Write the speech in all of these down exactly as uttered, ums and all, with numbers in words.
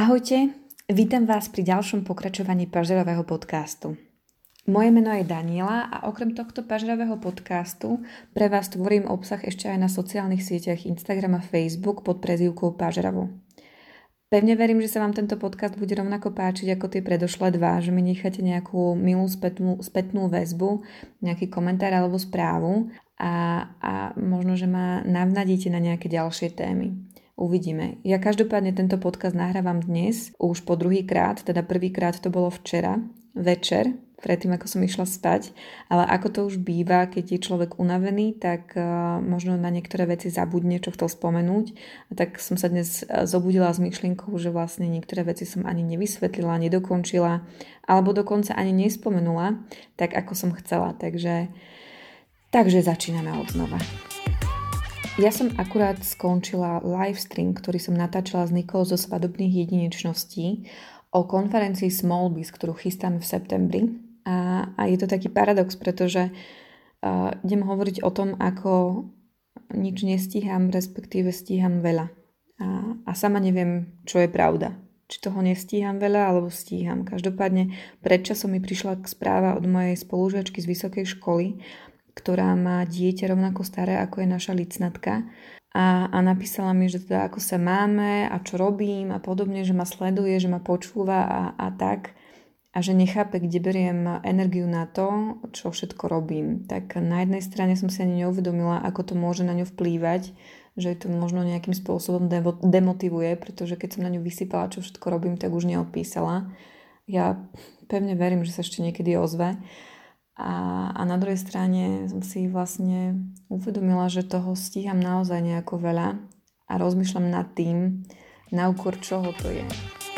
Ahojte, vítam vás pri ďalšom pokračovaní pažerového podcastu. Moje meno je Daniela a okrem tohto pažerového podcastu pre vás tvorím obsah ešte aj na sociálnych sieťach Instagram a Facebook pod prezývkou Pažerovo. Pevne verím, že sa vám tento podcast bude rovnako páčiť ako tie predošlé dva, že mi necháte nejakú milú spätnú, spätnú väzbu, nejaký komentár alebo správu a, a možno, že ma navnadíte na nejaké ďalšie témy. Uvidíme. Ja každopádne tento podcast nahrávam dnes, už po druhý krát, teda prvýkrát to bolo včera, večer, predtým ako som išla spať, ale ako to už býva, keď je človek unavený, tak uh, možno na niektoré veci zabudne, čo chcel spomenúť. A tak som sa dnes zobudila s myšlienkou, že vlastne niektoré veci som ani nevysvetlila, nedokončila, alebo dokonca ani nespomenula, tak ako som chcela. Takže, takže začíname od znova. Ja som akurát skončila livestream, ktorý som natáčala s Nikou zo svadobných jedinečností o konferencii Smallbiz, ktorú chystáme v septembri. A, a je to taký paradox, pretože uh, idem hovoriť o tom, ako nič nestíham, respektíve stíham veľa. A, a sama neviem, čo je pravda. Či toho nestíham veľa, alebo stíham. Každopádne predčasom mi prišla správa od mojej spolužiačky z vysokej školy, ktorá má dieťa rovnako staré, ako je naša licnatka. A, a napísala mi, že teda ako sa máme a čo robím a podobne, že ma sleduje, že ma počúva a, a tak. A že nechápe, kde beriem energiu na to, čo všetko robím. Tak na jednej strane som si ani neuvedomila, ako to môže na ňu vplývať, že to možno nejakým spôsobom demotivuje, pretože keď som na ňu vysypala, čo všetko robím, tak už neodpísala. Ja pevne verím, že sa ešte niekedy ozve. A, a na druhej strane som si vlastne uvedomila, že toho stíham naozaj nejako veľa a rozmýšľam nad tým, na úkor čoho to je.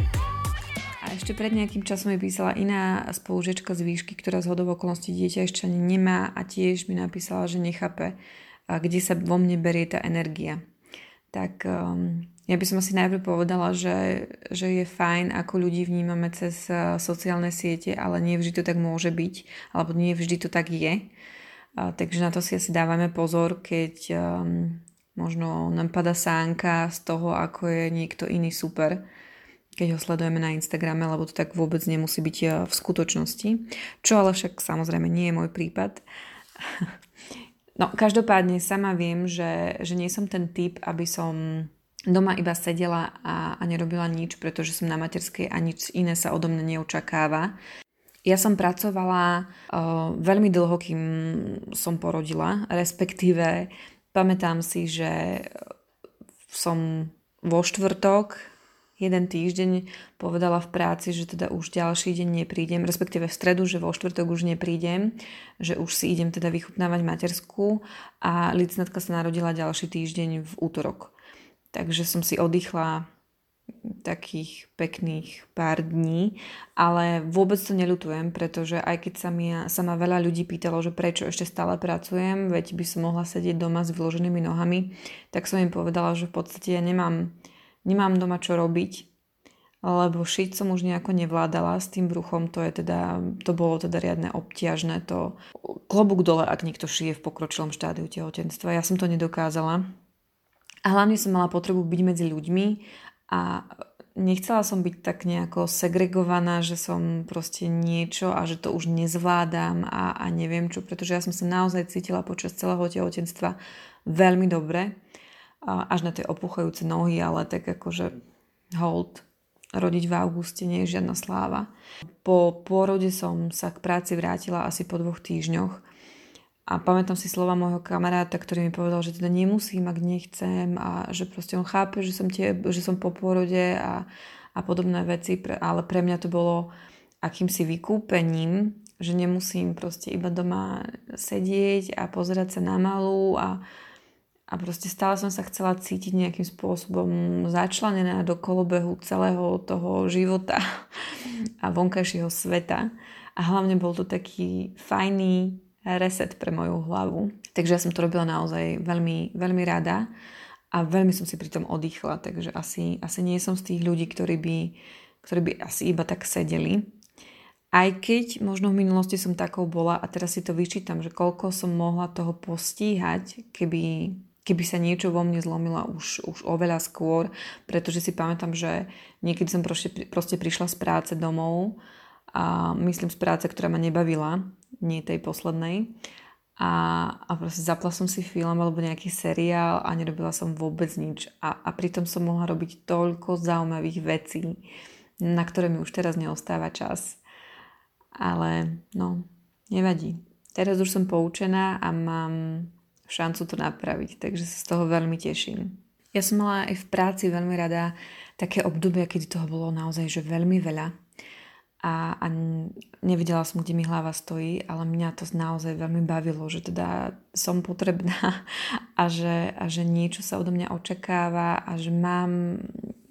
A ešte pred nejakým časom mi písala iná spolužiačka z výšky, ktorá z hodou okolností dieťa ešte ani nemá a tiež mi napísala, že nechápe, kde sa vo mne berie tá energia. Tak um, ja by som asi najprv povedala, že, že je fajn, ako ľudí vnímame cez sociálne siete, ale nie vždy to tak môže byť, alebo nie vždy to tak je. A, takže na to si asi dávame pozor, keď um, možno nám pada sánka z toho, ako je niekto iný super, keď ho sledujeme na Instagrame, lebo to tak vôbec nemusí byť v skutočnosti. Čo ale však samozrejme nie je môj prípad. No, každopádne sama viem, že, že nie som ten typ, aby som doma iba sedela a, a nerobila nič, pretože som na materskej a nič iné sa odo mňa neočakáva. Ja som pracovala uh, veľmi dlho, kým som porodila, respektíve pamätám si, že som vo štvrtok jeden týždeň povedala v práci, že teda už ďalší deň neprídem, respektíve v stredu, že vo štvrtok už neprídem, že už si idem teda vychutnávať matersku a licnatka sa narodila ďalší týždeň v útorok. Takže som si oddychla takých pekných pár dní, ale vôbec to neľutujem, pretože aj keď sa, mi, sa ma veľa ľudí pýtalo, že prečo ešte stále pracujem, veď by som mohla sedieť doma s vyloženými nohami, tak som im povedala, že v podstate ja nemám Nemám doma čo robiť, lebo šiť som už nejako nevládala s tým bruchom, to je teda, to bolo teda riadne obťažné, to klobúk dole, ak niekto šije v pokročilom štádiu tehotenstva. Ja som to nedokázala. A hlavne som mala potrebu byť medzi ľuďmi a nechcela som byť tak nejako segregovaná, že som proste niečo a že to už nezvládam a, a neviem čo, pretože ja som sa naozaj cítila počas celého tehotenstva veľmi dobre. Až na tie opuchajúce nohy, ale tak akože hold, rodiť v auguste nie je žiadna sláva. Po pôrode som sa k práci vrátila asi po dvoch týždňoch a pamätám si slova môjho kamaráta, ktorý mi povedal, že teda nemusím, ak nechcem a že proste on chápe, že som, tie, že som po pôrode a, a podobné veci, ale pre mňa to bolo akýmsi vykúpením, že nemusím proste iba doma sedieť a pozerať sa na malú a A proste stále som sa chcela cítiť nejakým spôsobom začlenená do kolobehu celého toho života a vonkajšieho sveta. A hlavne bol to taký fajný reset pre moju hlavu. Takže ja som to robila naozaj veľmi, veľmi rada a veľmi som si pri tom oddychla. Takže asi, asi nie som z tých ľudí, ktorí by, ktorí by asi iba tak sedeli. Aj keď možno v minulosti som takou bola a teraz si to vyčítam, že koľko som mohla toho postíhať, keby... keby sa niečo vo mne zlomilo už, už oveľa skôr, pretože si pamätám, že niekedy som proste, proste prišla z práce domov a myslím z práce, ktorá ma nebavila, nie tej poslednej. A, a proste zapla som si film alebo nejaký seriál a nerobila som vôbec nič. A, a pritom som mohla robiť toľko zaujímavých vecí, na ktoré mi už teraz neostáva čas. Ale no, nevadí. Teraz už som poučená a mám šancu to napraviť, takže sa z toho veľmi teším. Ja som mala aj v práci veľmi rada také obdobie, kedy toho bolo naozaj že veľmi veľa a, a nevidela som, kde mi hlava stojí, ale mňa to naozaj veľmi bavilo, že teda som potrebná a že, a že niečo sa odo mňa očakáva a že mám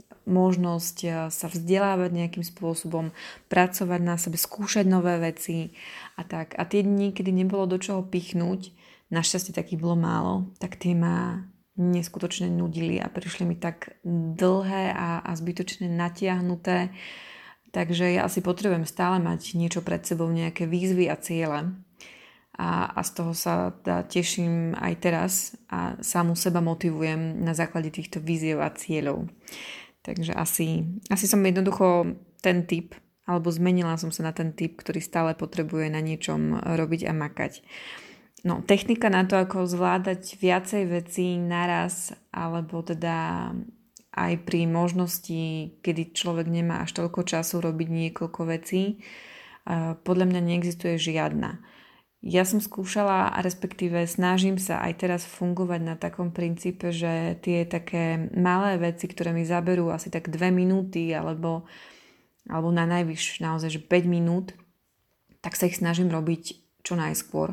možnosť sa vzdelávať nejakým spôsobom, pracovať na sebe, skúšať nové veci a tak. A tie dni, kedy nebolo do čoho pichnúť, našťastie takých bolo málo, tak tie ma neskutočne nudili a prišli mi tak dlhé a, a zbytočne natiahnuté. Takže ja asi potrebujem stále mať niečo pred sebou, nejaké výzvy a ciele. A, a z toho sa teda teším aj teraz a samu seba motivujem na základe týchto víziev a cieľov. Takže asi, asi som jednoducho ten typ, alebo zmenila som sa na ten typ, ktorý stále potrebuje na niečom robiť a makať. No, technika na to, ako zvládať viacej vecí naraz, alebo teda aj pri možnosti, kedy človek nemá až toľko času robiť niekoľko vecí, podľa mňa neexistuje žiadna. Ja som skúšala, respektíve snažím sa aj teraz fungovať na takom princípe, že tie také malé veci, ktoré mi zaberú asi tak dve minúty, alebo, alebo na najvyš naozaj že päť minút, tak sa ich snažím robiť čo najskôr.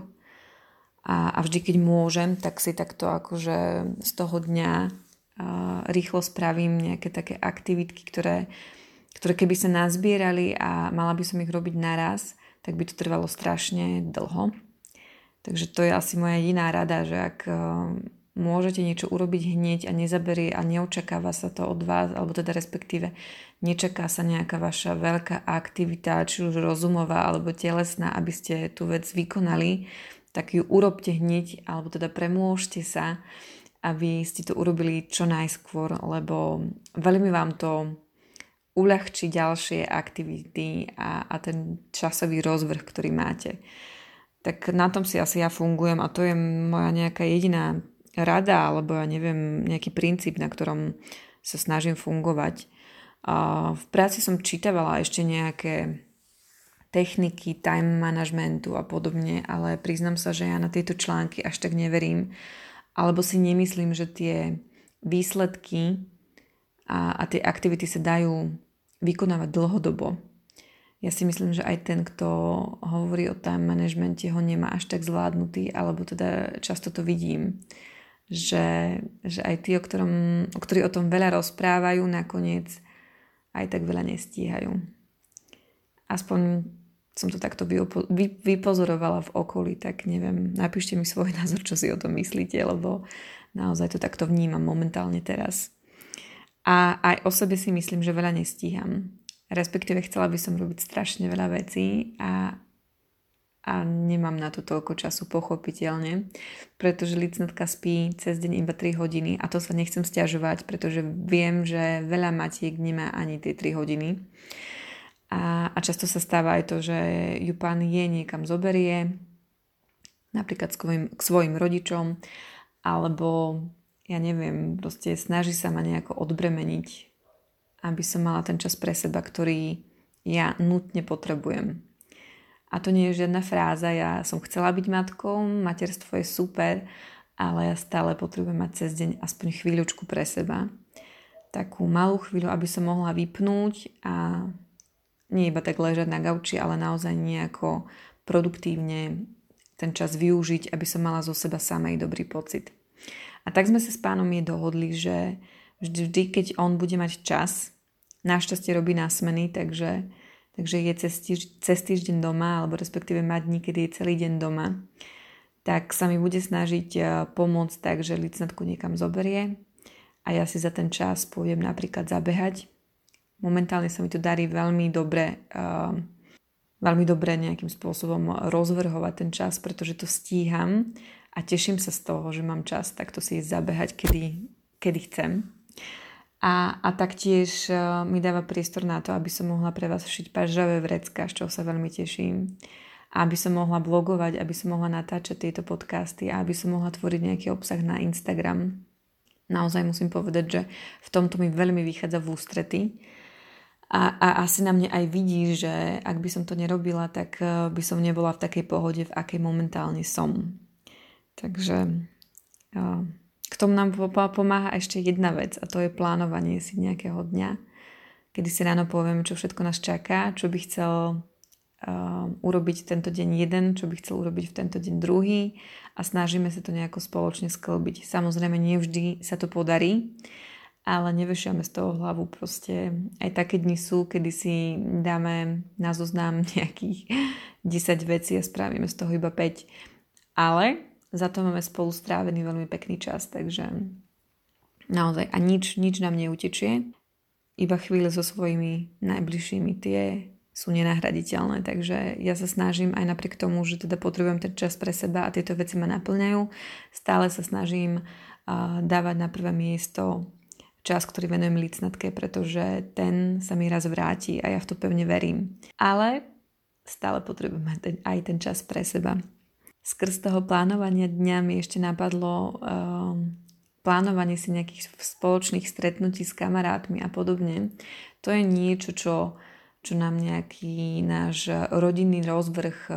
A, a vždy, keď môžem, tak si takto akože z toho dňa uh, rýchlo spravím nejaké také aktivitky, ktoré, ktoré keby sa nazbierali a mala by som ich robiť naraz, tak by to trvalo strašne dlho. Takže to je asi moja jediná rada, že ak uh, môžete niečo urobiť hneď a nezaberie a neočakáva sa to od vás, alebo teda respektíve nečaká sa nejaká vaša veľká aktivita, či už rozumová alebo telesná, aby ste tú vec vykonali, tak ju urobte hneď, alebo teda premôžte sa, aby ste to urobili čo najskôr, lebo veľmi vám to uľahčí ďalšie aktivity a, a ten časový rozvrh, ktorý máte. Tak na tom si asi ja fungujem a to je moja nejaká jediná rada, alebo ja neviem, nejaký princíp, na ktorom sa snažím fungovať. A v práci som čítavala ešte nejaké techniky, time managementu a podobne, ale priznám sa, že ja na tieto články až tak neverím, alebo si nemyslím, že tie výsledky a, a tie aktivity sa dajú vykonávať dlhodobo. Ja si myslím, že aj ten, kto hovorí o time managemente, ho nemá až tak zvládnutý, alebo teda často to vidím, že, že aj tí, o, ktorom, o ktorí o tom veľa rozprávajú, nakoniec aj tak veľa nestíhajú. Aspoň som to takto vypo- vy- vypozorovala v okolí, tak neviem, napíšte mi svoj názor, čo si o tom myslíte, lebo naozaj to takto vnímam momentálne teraz. A aj o sebe si myslím, že veľa nestíham. Respektíve chcela by som robiť strašne veľa vecí a, a nemám na to toľko času pochopiteľne, pretože licnatka spí cez deň iba tri hodiny a to sa nechcem sťažovať, pretože viem, že veľa matiek nemá ani tie tri hodiny. A, a často sa stáva aj to, že ju pán je niekam zoberie, napríklad k svojim, k svojim rodičom, alebo ja neviem, proste snaží sa ma nejako odbremeniť, aby som mala ten čas pre seba, ktorý ja nutne potrebujem. A to nie je žiadna fráza, ja som chcela byť matkou, materstvo je super, ale ja stále potrebujem mať cez deň aspoň chvíľučku pre seba. Takú malú chvíľu, aby som mohla vypnúť a nie iba tak ležať na gauči, ale naozaj nejako produktívne ten čas využiť, aby som mala zo seba samej dobrý pocit. A tak sme sa s pánom je dohodli, že vždy, keď on bude mať čas, našťastie robí násmeny, takže, takže je cez, týž, cez týždeň doma, alebo respektíve má dní, kedy je celý deň doma, tak sa mi bude snažiť pomôcť tak, že licnatku niekam zoberie a ja si za ten čas pôjdem napríklad zabehať. Momentálne sa mi to darí veľmi dobre uh, veľmi dobre nejakým spôsobom rozvrhovať ten čas, pretože to stíham a teším sa z toho, že mám čas takto si ísť zabehať, kedy, kedy chcem. A, a taktiež uh, mi dáva priestor na to, aby som mohla pre vás šiť pažravé vrecká, z čoho sa veľmi teším. A aby som mohla blogovať, aby som mohla natáčať tieto podcasty a aby som mohla tvoriť nejaký obsah na Instagram. Naozaj musím povedať, že v tomto mi veľmi vychádza v ústrety. A, a asi na mne aj vidí, že ak by som to nerobila, tak uh, by som nebola v takej pohode, v akej momentálne som. Takže uh, k tomu nám pomáha ešte jedna vec a to je plánovanie si nejakého dňa, kedy si ráno poviem, čo všetko nás čaká, čo by chcel Uh, urobiť tento deň jeden, čo by chcel urobiť v tento deň druhý a snažíme sa to nejako spoločne sklbiť. Samozrejme, nie vždy sa to podarí, ale nevešiame z toho hlavu. Proste aj také dni sú, kedy si dáme na zoznam nejakých desať vecí a spravíme z toho iba päť. Ale za to máme spolu strávený veľmi pekný čas, takže naozaj a nič, nič nám neutečie. Iba chvíle so svojimi najbližšími, tie sú nenahraditeľné, takže ja sa snažím aj napriek tomu, že teda potrebujem ten čas pre seba a tieto veci ma naplňajú, stále sa snažím uh, dávať na prvé miesto čas, ktorý venujem lícnatke, pretože ten sa mi raz vráti a ja v to pevne verím. Ale stále potrebujem ten, aj ten čas pre seba. Skrz toho plánovania dňa mi ešte napadlo uh, plánovanie si nejakých spoločných stretnutí s kamarátmi a podobne. To je niečo, čo čo nám nejaký náš rodinný rozvrh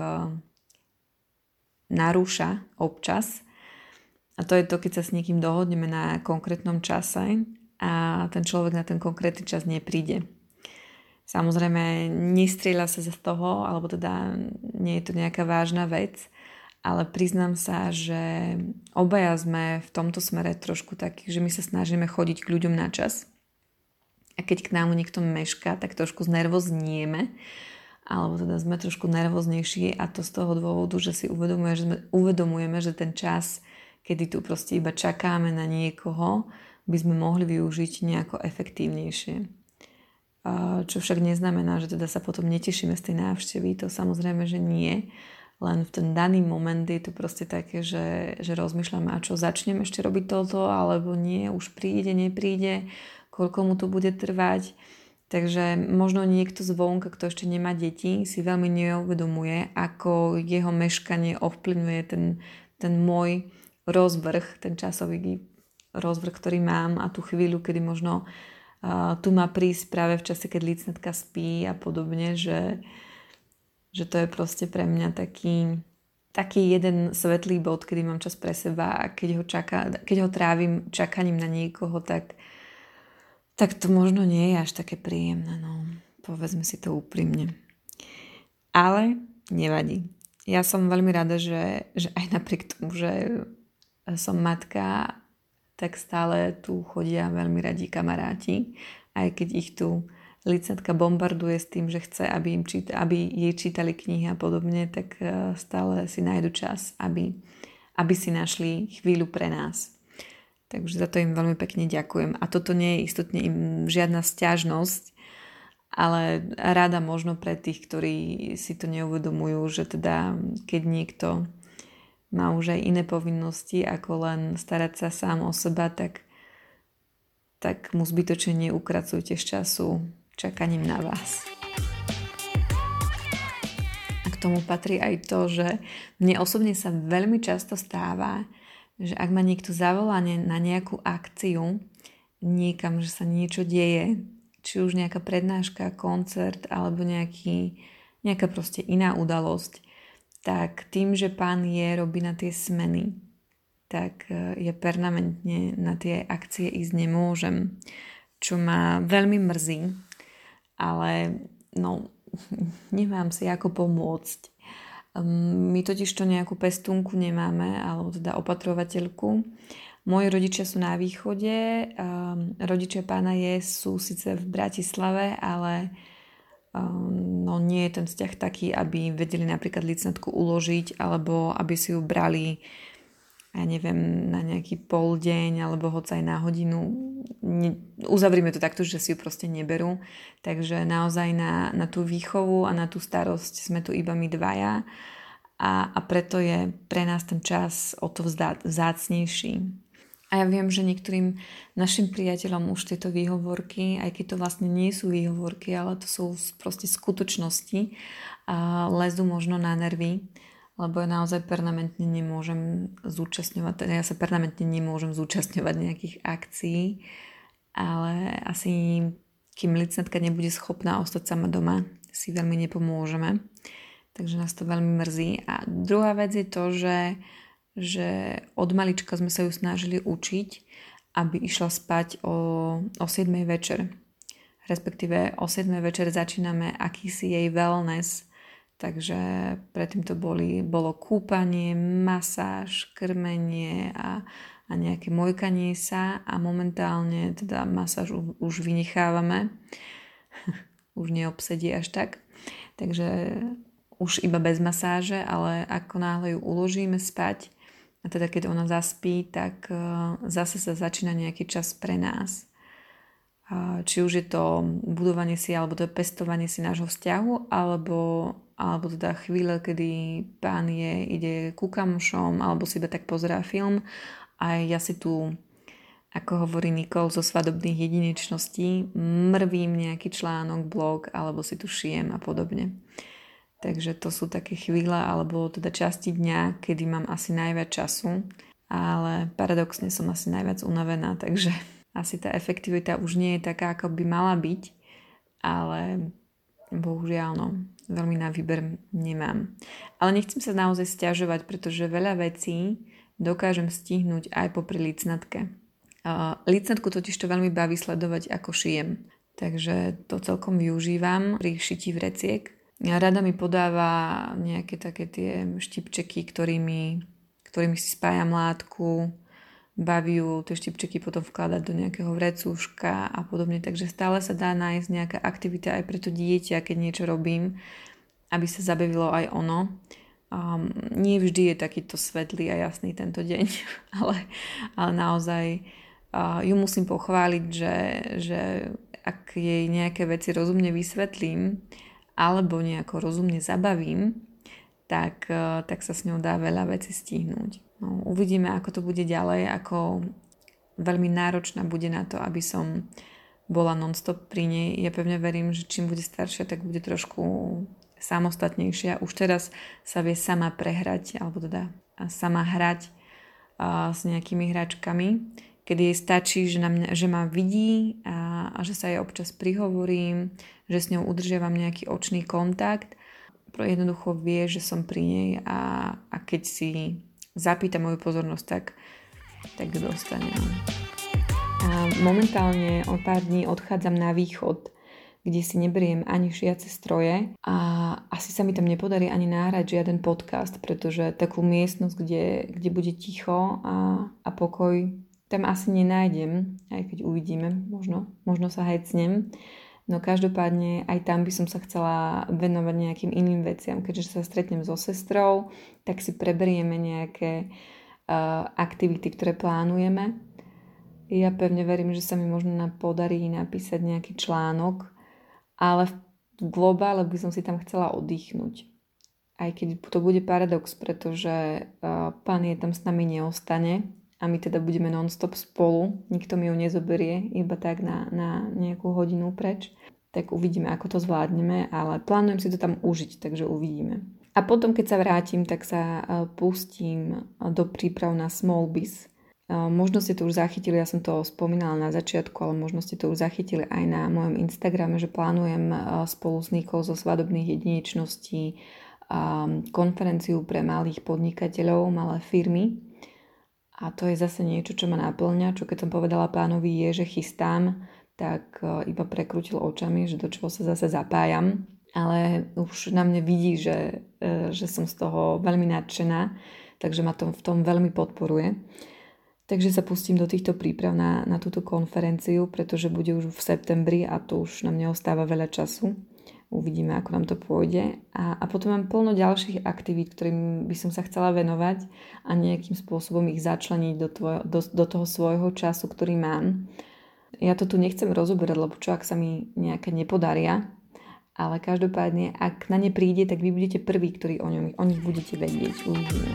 narúša občas. A to je to, keď sa s niekým dohodneme na konkrétnom čase a ten človek na ten konkrétny čas nepríde. Samozrejme, nestrieľa sa z toho, alebo teda nie je to nejaká vážna vec, ale priznám sa, že obaja sme v tomto smere trošku takí, že my sa snažíme chodiť k ľuďom na čas. A keď k nám niekto mešká, tak trošku znervoznieme, alebo teda sme trošku nervóznejší a to z toho dôvodu, že si uvedomujeme, že, sme, uvedomujeme, že ten čas, kedy tu proste iba čakáme na niekoho, by sme mohli využiť nejako efektívnejšie. Čo však neznamená, že teda sa potom netešíme z tej návštevy, to samozrejme, že nie. Len v ten daný moment je to proste také, že, že rozmýšľame, a čo, začnem ešte robiť toto, alebo nie, už príde, nepríde, koľko mu to bude trvať. Takže možno niekto zvonka, kto ešte nemá deti, si veľmi neuvedomuje, ako jeho meškanie ovplyvňuje ten, ten môj rozvrh, ten časový rozvrh, ktorý mám a tú chvíľu, kedy možno uh, tu má prísť práve v čase, keď lícnatka spí a podobne, že, že to je proste pre mňa taký, taký jeden svetlý bod, kedy mám čas pre seba a keď ho, čaká, keď ho trávim čakaním na niekoho, tak tak to možno nie je až také príjemné, no. Povedzme si to úprimne. Ale nevadí. Ja som veľmi rada, že, že aj napriek tomu, že som matka, tak stále tu chodia veľmi radí kamaráti. Aj keď ich tu lícnatka bombarduje s tým, že chce, aby, im číta, aby jej čítali knihy a podobne, tak stále si nájdu čas, aby, aby si našli chvíľu pre nás. Takže za to im veľmi pekne ďakujem. A toto nie je istotne im žiadna sťažnosť, ale rada možno pre tých, ktorí si to neuvedomujú, že teda keď niekto má už aj iné povinnosti, ako len starať sa sám o seba, tak, tak mu zbytočne neukracujte z času čakaním na vás. A k tomu patrí aj to, že mne osobne sa veľmi často stáva, že ak ma niekto zavolá na nejakú akciu, niekam, že sa niečo deje, či už nejaká prednáška, koncert alebo nejaký, nejaká proste iná udalosť, tak tým, že pán je, robí na tie smeny, tak ja permanentne na tie akcie ísť nemôžem, čo ma veľmi mrzí, ale no, nemám si ako pomôcť. My totiž to nejakú pestúnku nemáme, alebo teda opatrovateľku. Moji rodičia sú na východe, rodičia pána je sú síce v Bratislave, ale no, nie je ten vzťah taký, aby vedeli napríklad lícnatku uložiť, alebo aby si ju brali ja neviem, na nejaký pol deň alebo hoď aj na hodinu. Ne, uzavrime to takto, že si ju proste neberú. Takže naozaj na, na tú výchovu a na tú starosť sme tu iba my dvaja a, a preto je pre nás ten čas o to vzdá, vzácnejší. A ja viem, že niektorým našim priateľom už tieto výhovorky, aj keď to vlastne nie sú výhovorky, ale to sú proste skutočnosti, a lezú možno na nervy, lebo ja naozaj permanentne nemôžem zúčastňovať, teda ja sa permanentne nemôžem zúčastňovať nejakých akcií, ale asi kým licnetka nebude schopná ostať sama doma, si veľmi nepomôžeme. Takže nás to veľmi mrzí. A druhá vec je to, že, že od malička sme sa ju snažili učiť, aby išla spať o, o siedmej večer. Respektíve o siedmej večer začíname akýsi jej wellness. Takže predtým to boli, bolo kúpanie, masáž, krmenie a, a nejaké mojkanie sa a momentálne teda masáž už, už vynechávame. Už neobsedí až tak. Takže už iba bez masáže, ale ako náhle ju uložíme spať a teda keď ona zaspí, tak zase sa začína nejaký čas pre nás. Či už je to budovanie si alebo to je pestovanie si nášho vzťahu alebo alebo teda chvíle, kedy pán je, ide ku kamošom, alebo si iba tak pozerá film a ja si tu, ako hovorí Nikol zo svadobných jedinečností, mrvím nejaký článok, blog, alebo si tu šijem a podobne. Takže to sú také chvíle, alebo teda časti dňa, kedy mám asi najviac času, ale paradoxne som asi najviac unavená, takže asi tá efektivita už nie je taká, ako by mala byť, ale bohužiaľ, no, veľmi na výber nemám. Ale nechcem sa naozaj sťažovať, pretože veľa vecí dokážem stihnúť aj popri licnatke. Uh, licnatku totiž to veľmi baví sledovať, ako šijem. Takže to celkom využívam pri šití vreciek. Rada mi podáva nejaké také tie štipčeky, ktorými, ktorými si spájam látku, baví ju tie štipčeky potom vkladať do nejakého vrecúška a podobne, takže stále sa dá nájsť nejaká aktivita aj pre to dieťa, keď niečo robím, aby sa zabavilo aj ono. Um, nie vždy je takýto svetlý a jasný tento deň, ale, ale naozaj uh, ju musím pochváliť, že, že ak jej nejaké veci rozumne vysvetlím alebo nejako rozumne zabavím, tak, uh, tak sa s ňou dá veľa vecí stihnúť. No, uvidíme, ako to bude ďalej, ako veľmi náročná bude na to, aby som bola non-stop pri nej. Ja pevne verím, že čím bude staršia, tak bude trošku samostatnejšia. Už teraz sa vie sama prehrať, alebo teda sama hrať a, s nejakými hračkami, kedy jej stačí, že, na mňa, že ma vidí a, a že sa jej občas prihovorím, že s ňou udržiavam nejaký očný kontakt. Jednoducho vie, že som pri nej a, a keď si zapýta moju pozornosť, tak, tak dostane. A momentálne o pár dní odchádzam na východ, kde si neberiem ani šiace stroje a asi sa mi tam nepodarí ani nahrať žiaden podcast, pretože takú miestnosť, kde, kde bude ticho a, a pokoj, tam asi nenájdem, aj keď uvidíme, možno, možno sa hecnem. No každopádne aj tam by som sa chcela venovať nejakým iným veciam. Keďže sa stretnem so sestrou, tak si preberieme nejaké uh, aktivity, ktoré plánujeme. Ja pevne verím, že sa mi možno podarí napísať nejaký článok, ale v globále by som si tam chcela oddychnúť. Aj keď to bude paradox, pretože uh, pán je tam s nami neostane a my teda budeme non-stop spolu, nikto mi ju nezoberie, iba tak na, na nejakú hodinu preč. Tak uvidíme, ako to zvládneme, ale plánujem si to tam užiť, takže uvidíme. A potom, keď sa vrátim, tak sa pustím do príprav na Small Biz. Možno ste to už zachytili, ja som to spomínala na začiatku, ale možno ste to už zachytili aj na mojom Instagrame, že plánujem spolu s Nikou zo svadobných jedinečností konferenciu pre malých podnikateľov, malé firmy. A to je zase niečo, čo ma naplňa, čo keď som povedala pánovi je, že chystám, tak iba prekrútil očami, že do čoho sa zase zapájam. Ale už na mne vidí, že, že som z toho veľmi nadšená, takže ma to v tom veľmi podporuje. Takže sa pustím do týchto príprav na, na túto konferenciu, pretože bude už v septembri a to už na mne ostáva veľa času. Uvidíme, ako nám to pôjde. A, a potom mám plno ďalších aktivít, ktorým by som sa chcela venovať a nejakým spôsobom ich začleniť do, tvoj, do, do toho svojho času, ktorý mám. Ja to tu nechcem rozoberať, lebo čo ak sa mi nejaké nepodaria, ale každopádne, ak na ne príde, tak vy budete prví, ktorí o, ňom, o nich budete vedieť. Uvidíme.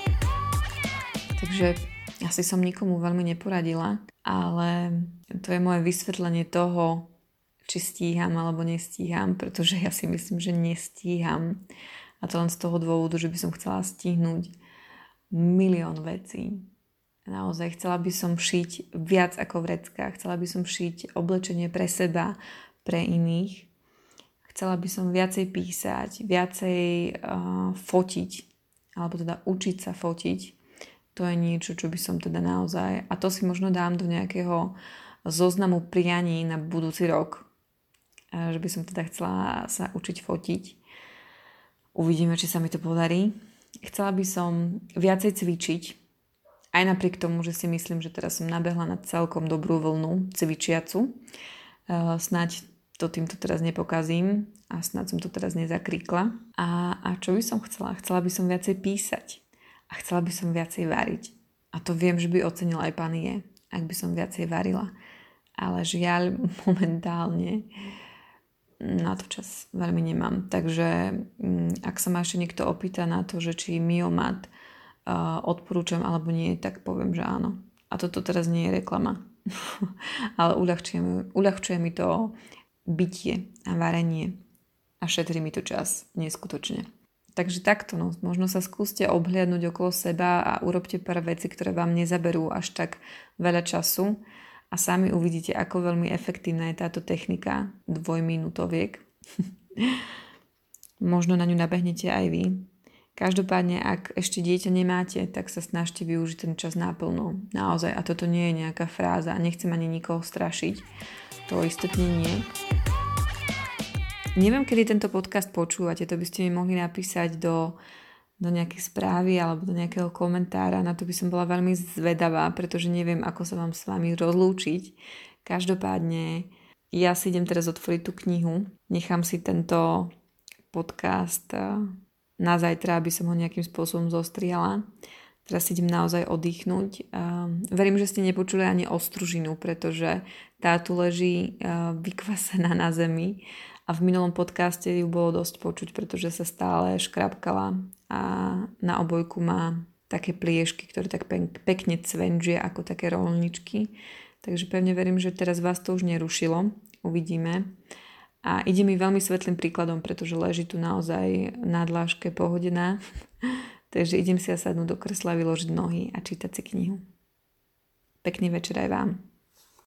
Takže asi som nikomu veľmi neporadila, ale to je moje vysvetlenie toho, či stíham alebo nestíham, pretože ja si myslím, že nestíham. A to len z toho dôvodu, že by som chcela stihnúť milión vecí. Naozaj chcela by som šiť viac ako vrecká, chcela by som šiť oblečenie pre seba, pre iných. Chcela by som viacej písať, viacej uh, fotiť, alebo teda učiť sa fotiť. To je niečo, čo by som teda naozaj... A to si možno dám do nejakého zoznamu prianí na budúci rok. Že by som teda chcela sa učiť fotiť. Uvidíme, či sa mi to podarí. Chcela by som viacej cvičiť. Aj napriek tomu, že si myslím, že teraz som nabehla na celkom dobrú vlnu cvičiacu. Snáď to týmto teraz nepokazím a snáď som to teraz nezakríkla. A, a čo by som chcela? Chcela by som viacej písať. A chcela by som viacej variť. A to viem, že by ocenil aj pán Je, ak by som viacej varila. Ale žiaľ, momentálne na to čas veľmi nemám. Takže ak sa ma ešte niekto opýta na to, že či Miomat uh, odporúčam alebo nie, tak poviem, že áno. A toto teraz nie je reklama. Ale uľahčuje, uľahčuje mi to bytie a varenie a šetrí mi to čas neskutočne. Takže takto, no, možno sa skúste obhliadnúť okolo seba a urobte pár vecí, ktoré vám nezaberú až tak veľa času. A sami uvidíte, ako veľmi efektívna je táto technika dvojminútoviek. Možno na ňu nabehnete aj vy. Každopádne, ak ešte dieťa nemáte, tak sa snažte využiť ten čas naplno. Naozaj. A toto nie je nejaká fráza. Nechcem ani nikoho strašiť. To istotne nie. Neviem, kedy tento podcast počúvate. To by ste mi mohli napísať do... do nejakej správy alebo do nejakého komentára. Na to by som bola veľmi zvedavá, pretože neviem, ako sa vám s vami rozlúčiť. Každopádne ja si idem teraz otvoriť tú knihu. Nechám si tento podcast na zajtra, aby som ho nejakým spôsobom zostriala. Teraz si idem naozaj oddychnúť. Verím, že ste nepočuli ani ostružinu, pretože tá tu leží vykvasená na zemi. A v minulom podcaste ju bolo dosť počuť, pretože sa stále škrapkala a na obojku má také pliešky, ktoré tak pekne cvenžia ako také roľničky. Takže pevne verím, že teraz vás to už nerušilo. Uvidíme. A ide mi veľmi svetlým príkladom, pretože leží tu naozaj na dláške pohodená. Takže idem si ja sadnúť do kresla, vyložiť nohy a čítať si knihu. Pekný večer aj vám.